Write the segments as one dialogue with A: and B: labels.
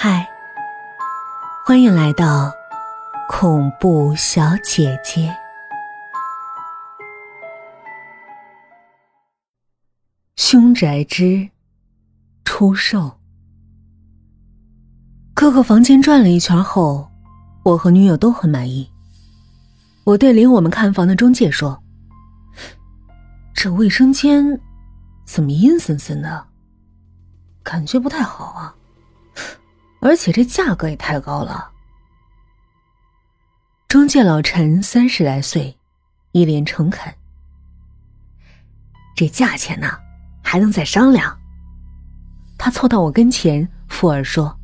A: 嗨，欢迎来到恐怖小姐姐。凶宅之出售。各个房间转了一圈后，我和女友都很满意。我对领我们看房的中介说，这卫生间怎么阴森森的，感觉不太好啊，而且这价格也太高了。中介老陈30来岁，一脸诚恳，这价钱呢还能再商量。他凑到我跟前附耳说，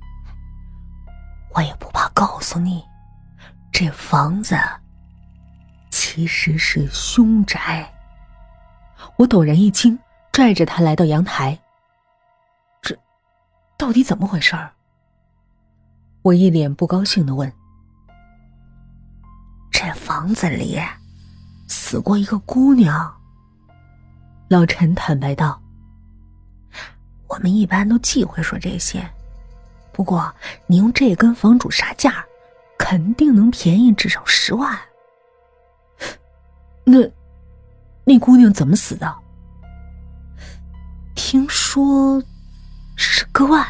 A: 我也不怕告诉你，这房子其实是凶宅。我陡然一惊，拽着他来到阳台。这到底怎么回事儿？我一脸不高兴地问。这房子里死过一个姑娘。老陈坦白道，我们一般都忌讳说这些，不过你用这跟房主杀价，肯定能便宜至少10万。那姑娘怎么死的？听说是割腕。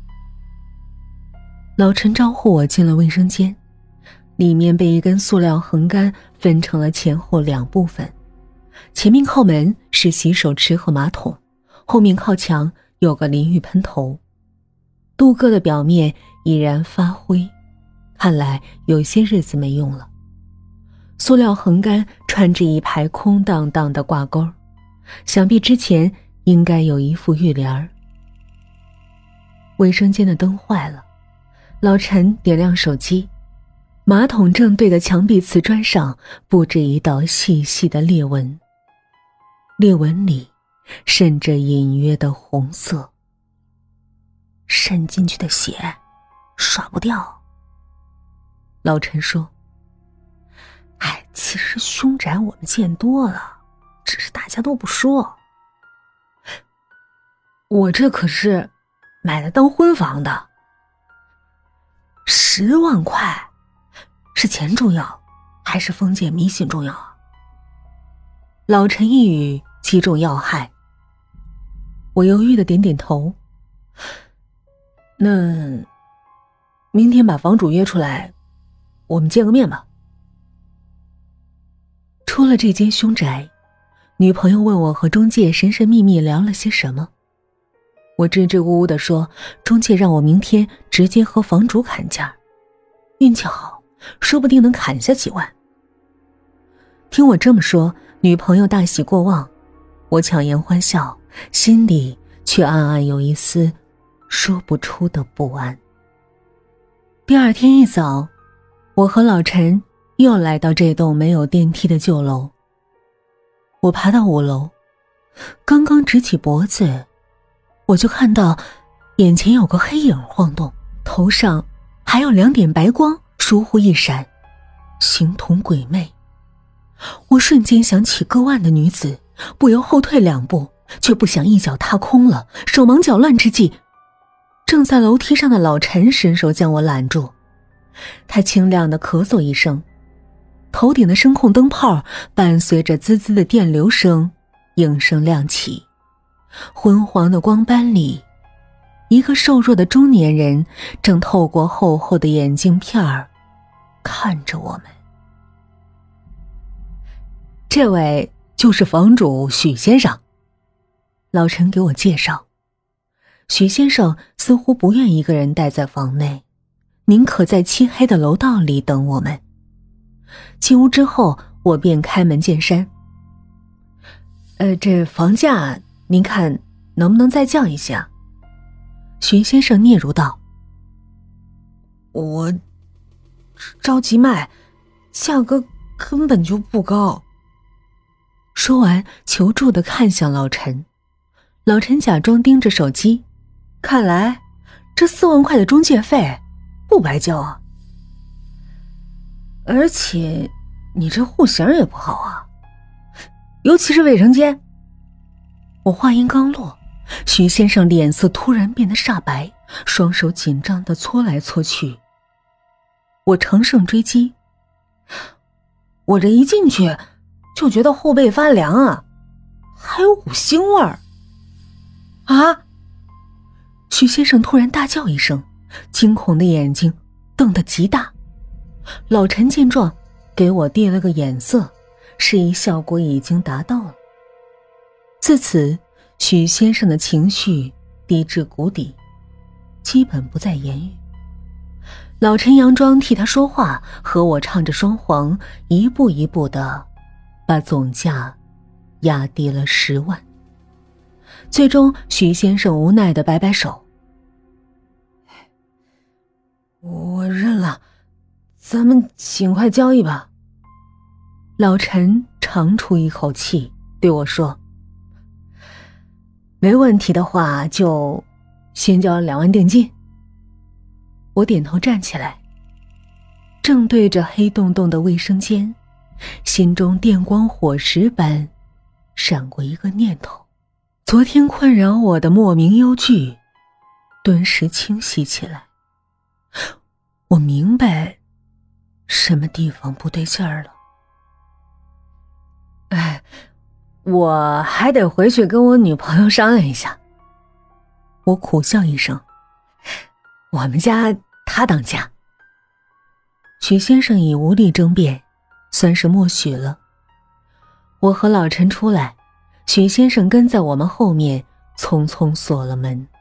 A: 老陈招呼我进了卫生间，里面被一根塑料横杆分成了前后2部分，前面靠门是洗手池和马桶，后面靠墙有个淋浴喷头。镀铬的表面已然发灰，看来有些日子没用了。塑料横杆穿着一排空荡荡的挂钩，想必之前应该有一副浴帘。卫生间的灯坏了，老陈点亮手机，马桶正对的墙壁瓷砖上布置一道细细的裂纹，裂纹里渗着隐约的红色，渗进去的血刷不掉。老陈说，其实凶宅我们见多了，只是大家都不说。我这可是买了当婚房的。10万块，是钱重要还是封建迷信重要啊？老陈一语击中要害。我犹豫的点点头。那明天把房主约出来，我们见个面吧。出了这间凶宅，女朋友问我和中介神神秘秘聊了些什么。我支支吾吾地说，中介让我明天直接和房主砍价，运气好，说不定能砍下几万。听我这么说，女朋友大喜过望，我强颜欢笑，心里却暗暗有一丝说不出的不安。第二天一早，我和老陈又来到这栋没有电梯的旧楼。我爬到5楼，刚刚直起脖子，我就看到眼前有个黑影晃动，头上还有2点白光疏忽一闪，形同鬼魅。我瞬间想起割腕的女子，不由后退2步，却不想一脚踏空了，手忙脚乱之际，正在楼梯上的老陈伸手将我揽住。他清亮地咳嗽一声，头顶的声控灯泡伴随着滋滋的电流声应声亮起。昏黄的光斑里，一个瘦弱的中年人正透过厚厚的眼镜片儿看着我们。这位就是房主许先生。老陈给我介绍，许先生似乎不愿一个人待在房内，宁可在漆黑的楼道里等我们。进屋之后，我便开门见山，这房价您看能不能再降一些啊？许先生嗫嚅道，我着急卖，价格根本就不高。说完求助地看向老陈。老陈假装盯着手机，看来这4万块的中介费不白交啊。而且你这户型也不好啊，尤其是卫生间。我话音刚落， 许先生脸色突然变得煞白，双手紧张地搓来搓去。我乘胜追击，我这一进去就觉得后背发凉啊，还有股腥味儿。啊！许先生突然大叫一声，惊恐的眼睛瞪得极大。老陈见状给我递了个眼色，示意效果已经达到了。自此许先生的情绪低至谷底，基本不再言语。老陈佯装替他说话，和我唱着双簧，一步一步地把总价压低了10万。最终许先生无奈地摆摆手，我认了，咱们尽快交易吧。老陈长出一口气对我说，没问题的话就先交2万定金。我点头站起来，正对着黑洞洞的卫生间，心中电光火石般闪过一个念头，昨天困扰我的莫名忧惧顿时清晰起来。我明白什么地方不对劲儿了。我还得回去跟我女朋友商量一下。我苦笑一声，我们家她当家。许先生已无力争辩，算是默许了。我和老陈出来，许先生跟在我们后面，匆匆锁了门。